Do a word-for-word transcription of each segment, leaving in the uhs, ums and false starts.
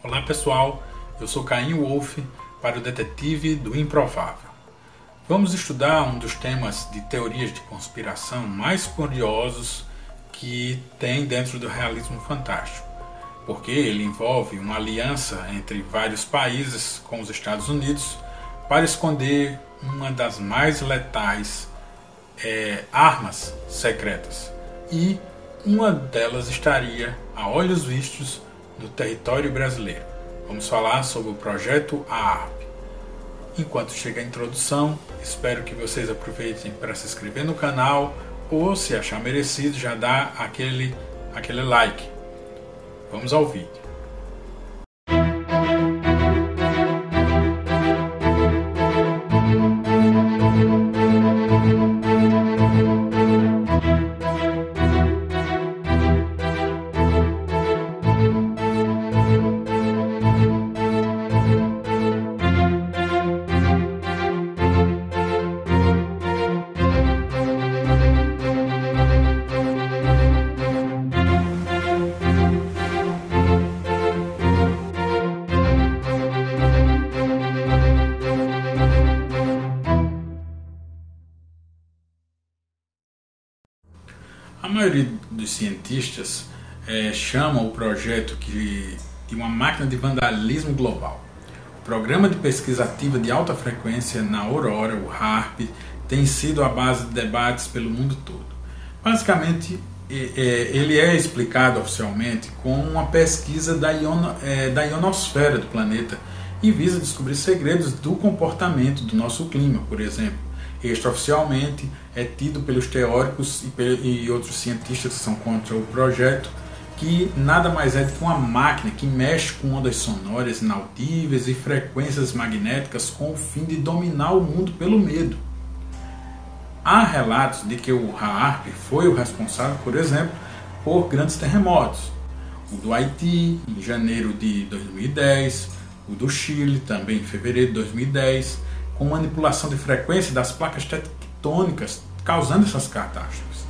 Olá pessoal, eu sou Caim Wolf para o Detetive do Improvável. Vamos estudar um dos temas de teorias de conspiração mais curiosos que tem dentro do realismo fantástico, porque ele envolve uma aliança entre vários países com os Estados Unidos para esconder uma das mais letais é, armas secretas, e uma delas estaria, a olhos vistos, no território brasileiro. Vamos falar sobre o projeto AARP. Enquanto chega a introdução, espero que vocês aproveitem para se inscrever no canal ou, se achar merecido, já dá aquele, aquele like. Vamos ao vídeo. A maioria dos cientistas é, chama o projeto que, de uma máquina de vandalismo global. O Programa de Pesquisa Ativa de Alta Frequência na Aurora, o HAARP, tem sido a base de debates pelo mundo todo. Basicamente, é, ele é explicado oficialmente como uma pesquisa da, iono, é, da ionosfera do planeta e visa descobrir segredos do comportamento do nosso clima, por exemplo. Extraoficialmente é tido pelos teóricos e, e outros cientistas que são contra o projeto que nada mais é do que uma máquina que mexe com ondas sonoras inaudíveis e frequências magnéticas com o fim de dominar o mundo pelo medo. Há relatos de que o HAARP foi o responsável, por exemplo, por grandes terremotos. O do Haiti, em janeiro de dois mil e dez, o do Chile, também em fevereiro de dois mil e dez, com manipulação de frequência das placas tectônicas, causando essas catástrofes.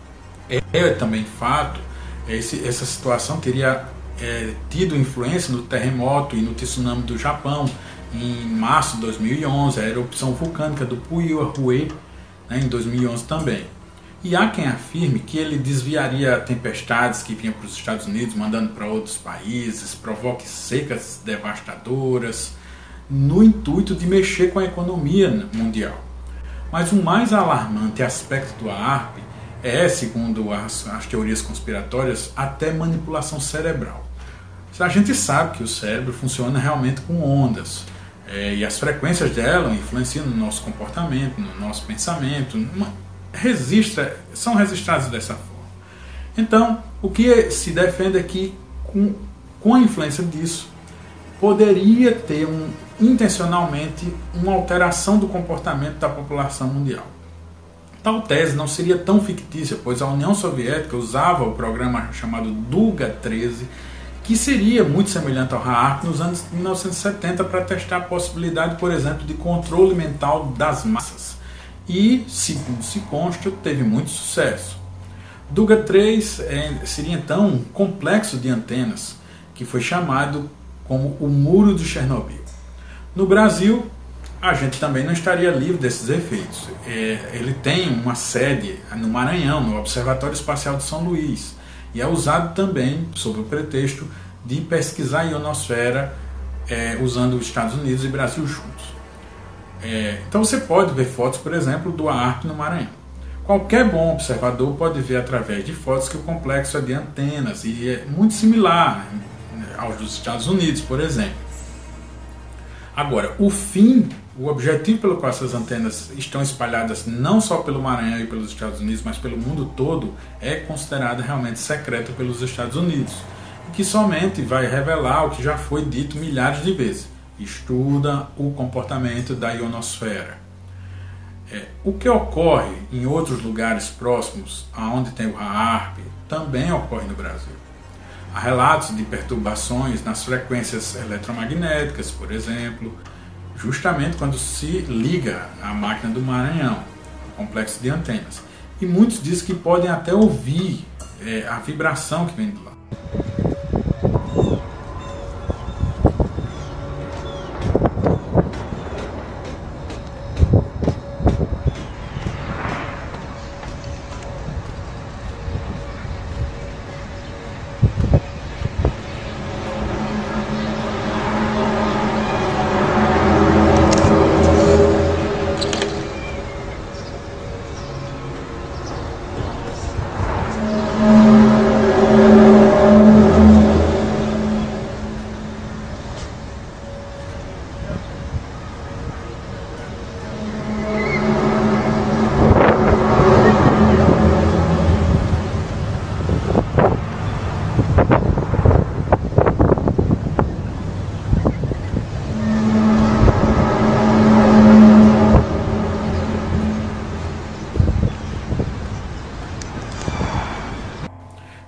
É também fato, esse, essa situação teria é, tido influência no terremoto e no tsunami do Japão, em março de dois mil e onze, a erupção vulcânica do Puyehue, né, em dois mil e onze também. E há quem afirme que ele desviaria tempestades que vinham para os Estados Unidos, mandando para outros países, provoque secas devastadoras, no intuito de mexer com a economia mundial. Mas o mais alarmante aspecto do HAARP é, segundo as, as teorias conspiratórias, até manipulação cerebral. A gente sabe que o cérebro funciona realmente com ondas, é, e as frequências dela influenciam no nosso comportamento, no nosso pensamento, uma, registra, são registradas dessa forma. Então, o que se defende é que, com, com a influência disso, poderia ter um, intencionalmente uma alteração do comportamento da população mundial. Tal tese não seria tão fictícia, pois a União Soviética usava o programa chamado Duga treze, que seria muito semelhante ao HAARP nos anos mil novecentos e setenta, para testar a possibilidade, por exemplo, de controle mental das massas. E, segundo se consta, teve muito sucesso. Duga treze é, seria então um complexo de antenas que foi chamado como o Muro de Chernobyl. No Brasil, a gente também não estaria livre desses efeitos. É, ele tem uma sede no Maranhão, no Observatório Espacial de São Luís, e é usado também sob o pretexto de pesquisar a ionosfera, é, usando os Estados Unidos e Brasil juntos. É, então você pode ver fotos, por exemplo, do HAARP no Maranhão. Qualquer bom observador pode ver através de fotos que o complexo é de antenas e é muito similar aos dos Estados Unidos, por exemplo. Agora, o fim, o objetivo pelo qual essas antenas estão espalhadas não só pelo Maranhão e pelos Estados Unidos, mas pelo mundo todo, é considerado realmente secreto pelos Estados Unidos, que somente vai revelar o que já foi dito milhares de vezes: estuda o comportamento da ionosfera. É, o que ocorre em outros lugares próximos, aonde tem o HAARP, também ocorre no Brasil. Há relatos de perturbações nas frequências eletromagnéticas, por exemplo, justamente quando se liga à máquina do Maranhão, o complexo de antenas. E muitos dizem que podem até ouvir é, a vibração que vem do lado.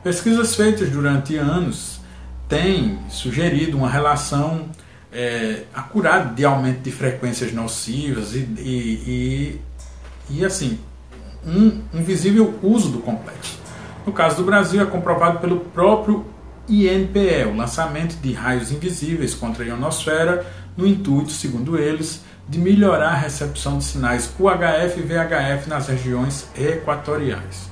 Pesquisas feitas durante anos têm sugerido uma relação é, acurada de aumento de frequências nocivas e, e, e, e assim, um, um visível uso do complexo. No caso do Brasil, é comprovado pelo próprio I N P E, o lançamento de raios invisíveis contra a ionosfera, no intuito, segundo eles, de melhorar a recepção de sinais U H F e V H F nas regiões equatoriais.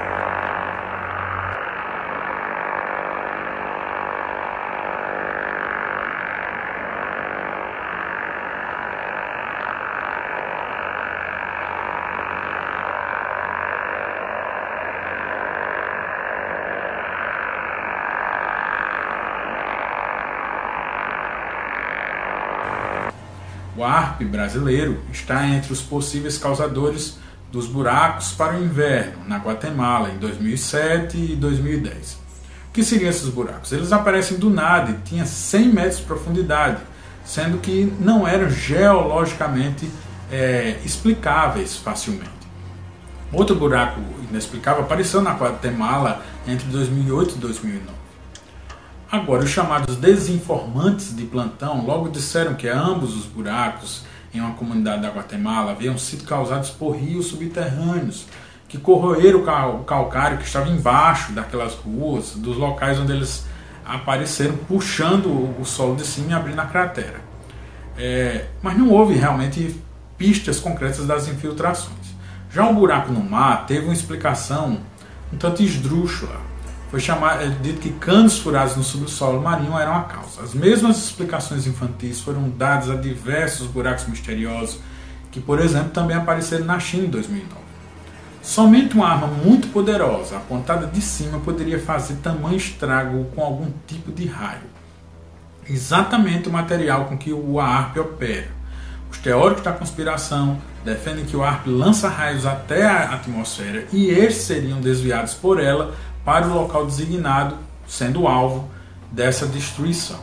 O ARP brasileiro está entre os possíveis causadores dos buracos para o inverno na Guatemala em dois mil e sete e dois mil e dez. O que seriam esses buracos? Eles aparecem do nada e tinham cem metros de profundidade, sendo que não eram geologicamente é, explicáveis facilmente. Outro buraco inexplicável apareceu na Guatemala entre dois mil e oito e dois mil e nove. Agora, os chamados desinformantes de plantão logo disseram que ambos os buracos em uma comunidade da Guatemala haviam sido causados por rios subterrâneos que corroeram o calcário que estava embaixo daquelas ruas, dos locais onde eles apareceram, puxando o solo de cima e abrindo a cratera. É, mas não houve realmente pistas concretas das infiltrações. Já o buraco no mar teve uma explicação um tanto esdrúxula. Foi chamado, é dito que canos furados no subsolo marinho eram a causa. As mesmas explicações infantis foram dadas a diversos buracos misteriosos que, por exemplo, também apareceram na China em dois mil e nove. Somente uma arma muito poderosa, apontada de cima, poderia fazer tamanho estrago com algum tipo de raio. Exatamente o material com que o ARP opera. Os teóricos da conspiração defendem que o ARP lança raios até a atmosfera e estes seriam desviados por ela para o local designado, sendo o alvo dessa destruição.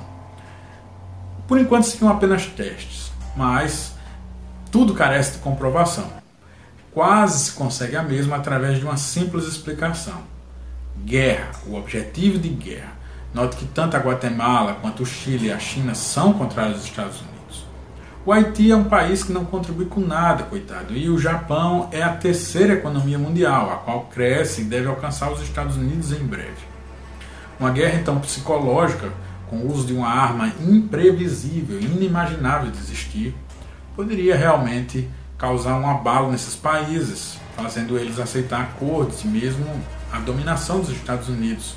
Por enquanto seriam apenas testes, mas tudo carece de comprovação. Quase se consegue a mesma através de uma simples explicação. Guerra, o objetivo de guerra. Note que tanto a Guatemala quanto o Chile e a China são contrários aos Estados Unidos. O Haiti é um país que não contribui com nada, coitado, e o Japão é a terceira economia mundial, a qual cresce e deve alcançar os Estados Unidos em breve. Uma guerra então psicológica, com o uso de uma arma imprevisível e inimaginável de existir, poderia realmente causar um abalo nesses países, fazendo eles aceitar acordos e mesmo a dominação dos Estados Unidos.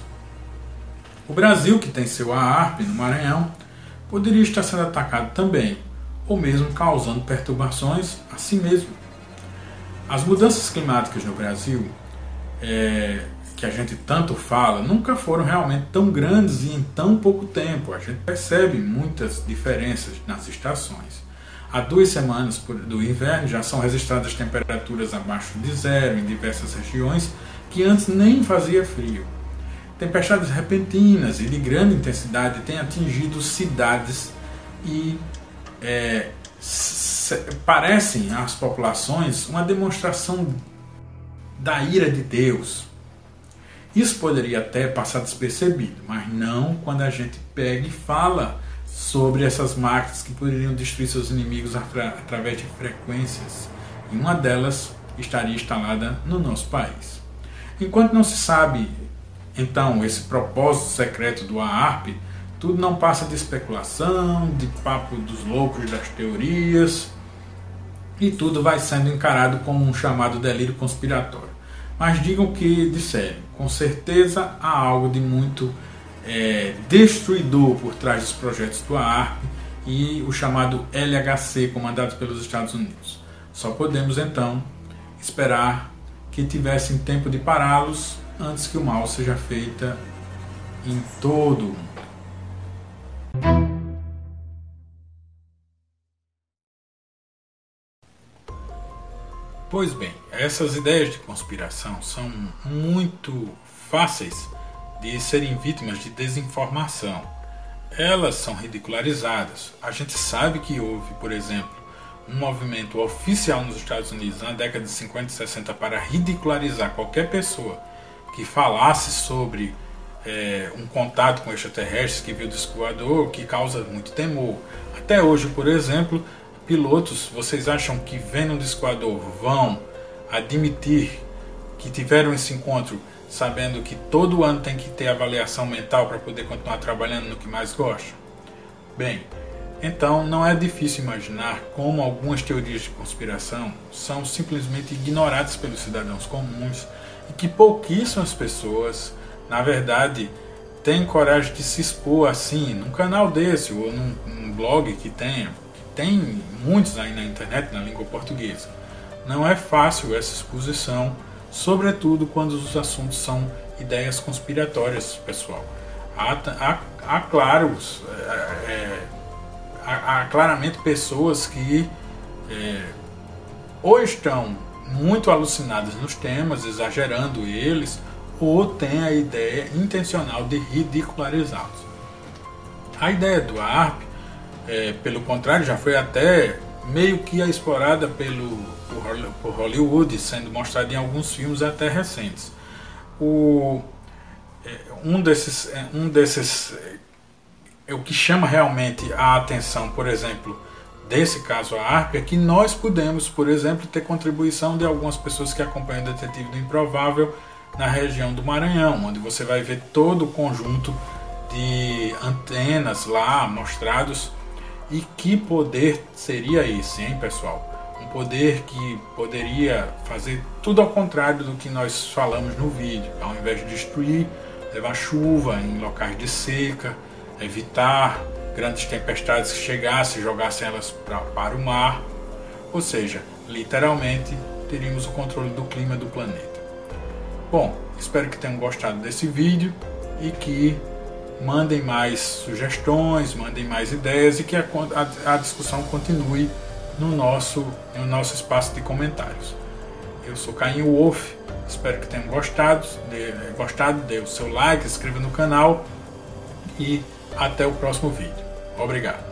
O Brasil, que tem seu ARP no Maranhão, poderia estar sendo atacado também, ou mesmo causando perturbações a si mesmo. As mudanças climáticas no Brasil, é, que a gente tanto fala, nunca foram realmente tão grandes e em tão pouco tempo. A gente percebe muitas diferenças nas estações. Há duas semanas do inverno já são registradas temperaturas abaixo de zero em diversas regiões que antes nem fazia frio. Tempestades repentinas e de grande intensidade têm atingido cidades e É, parecem às populações uma demonstração da ira de Deus. Isso poderia até passar despercebido, mas não quando a gente pega e fala sobre essas máquinas que poderiam destruir seus inimigos através de frequências, e uma delas estaria instalada no nosso país. Enquanto não se sabe, então, esse propósito secreto do ARP, tudo não passa de especulação, de papo dos loucos das teorias, e tudo vai sendo encarado como um chamado delírio conspiratório. Mas digam o que disserem, com certeza há algo de muito é, destruidor por trás dos projetos do ARP e o chamado L H C, comandado pelos Estados Unidos. Só podemos então esperar que tivessem tempo de pará-los antes que o mal seja feito em todo o mundo. Pois bem, essas ideias de conspiração são muito fáceis de serem vítimas de desinformação. Elas são ridicularizadas. A gente sabe que houve, por exemplo, um movimento oficial nos Estados Unidos na década de cinquenta e sessenta para ridicularizar qualquer pessoa que falasse sobre é, um contato com extraterrestres, que viu disco voador, que causa muito temor. Até hoje, por exemplo, pilotos, vocês acham que vendo um disco voador vão admitir que tiveram esse encontro sabendo que todo ano tem que ter avaliação mental para poder continuar trabalhando no que mais gostam? Bem, então não é difícil imaginar como algumas teorias de conspiração são simplesmente ignoradas pelos cidadãos comuns e que pouquíssimas pessoas, na verdade, têm coragem de se expor assim num canal desse ou num, num blog que tenha, que tem muitos aí na internet, na língua portuguesa. Não é fácil essa exposição, sobretudo quando os assuntos são ideias conspiratórias, pessoal. Há, há, há claros, é, é, há, há claramente pessoas que é, ou estão muito alucinadas nos temas, exagerando eles, ou têm a ideia intencional de ridicularizá-los. A ideia do A R P, é, pelo contrário, já foi até meio que explorada pelo, por, por Hollywood, sendo mostrada em alguns filmes até recentes. O, é, um desses, é, um desses é, o que chama realmente a atenção, por exemplo, desse caso a A R P, é que nós podemos, por exemplo, ter contribuição de algumas pessoas que acompanham o Detetive do Improvável na região do Maranhão, onde você vai ver todo o conjunto de antenas lá mostrados. E que poder seria esse, hein, pessoal? Um poder que poderia fazer tudo ao contrário do que nós falamos no vídeo. Ao invés de destruir, levar chuva em locais de seca, evitar grandes tempestades que chegassem e jogassem elas pra, para o mar. Ou seja, literalmente, teríamos o controle do clima do planeta. Bom, espero que tenham gostado desse vídeo e que mandem mais sugestões, mandem mais ideias e que a, a, a discussão continue no nosso, no nosso espaço de comentários. Eu sou Caim Wolf, espero que tenham gostado, de, gostado, dê o seu like, inscreva no canal e até o próximo vídeo. Obrigado.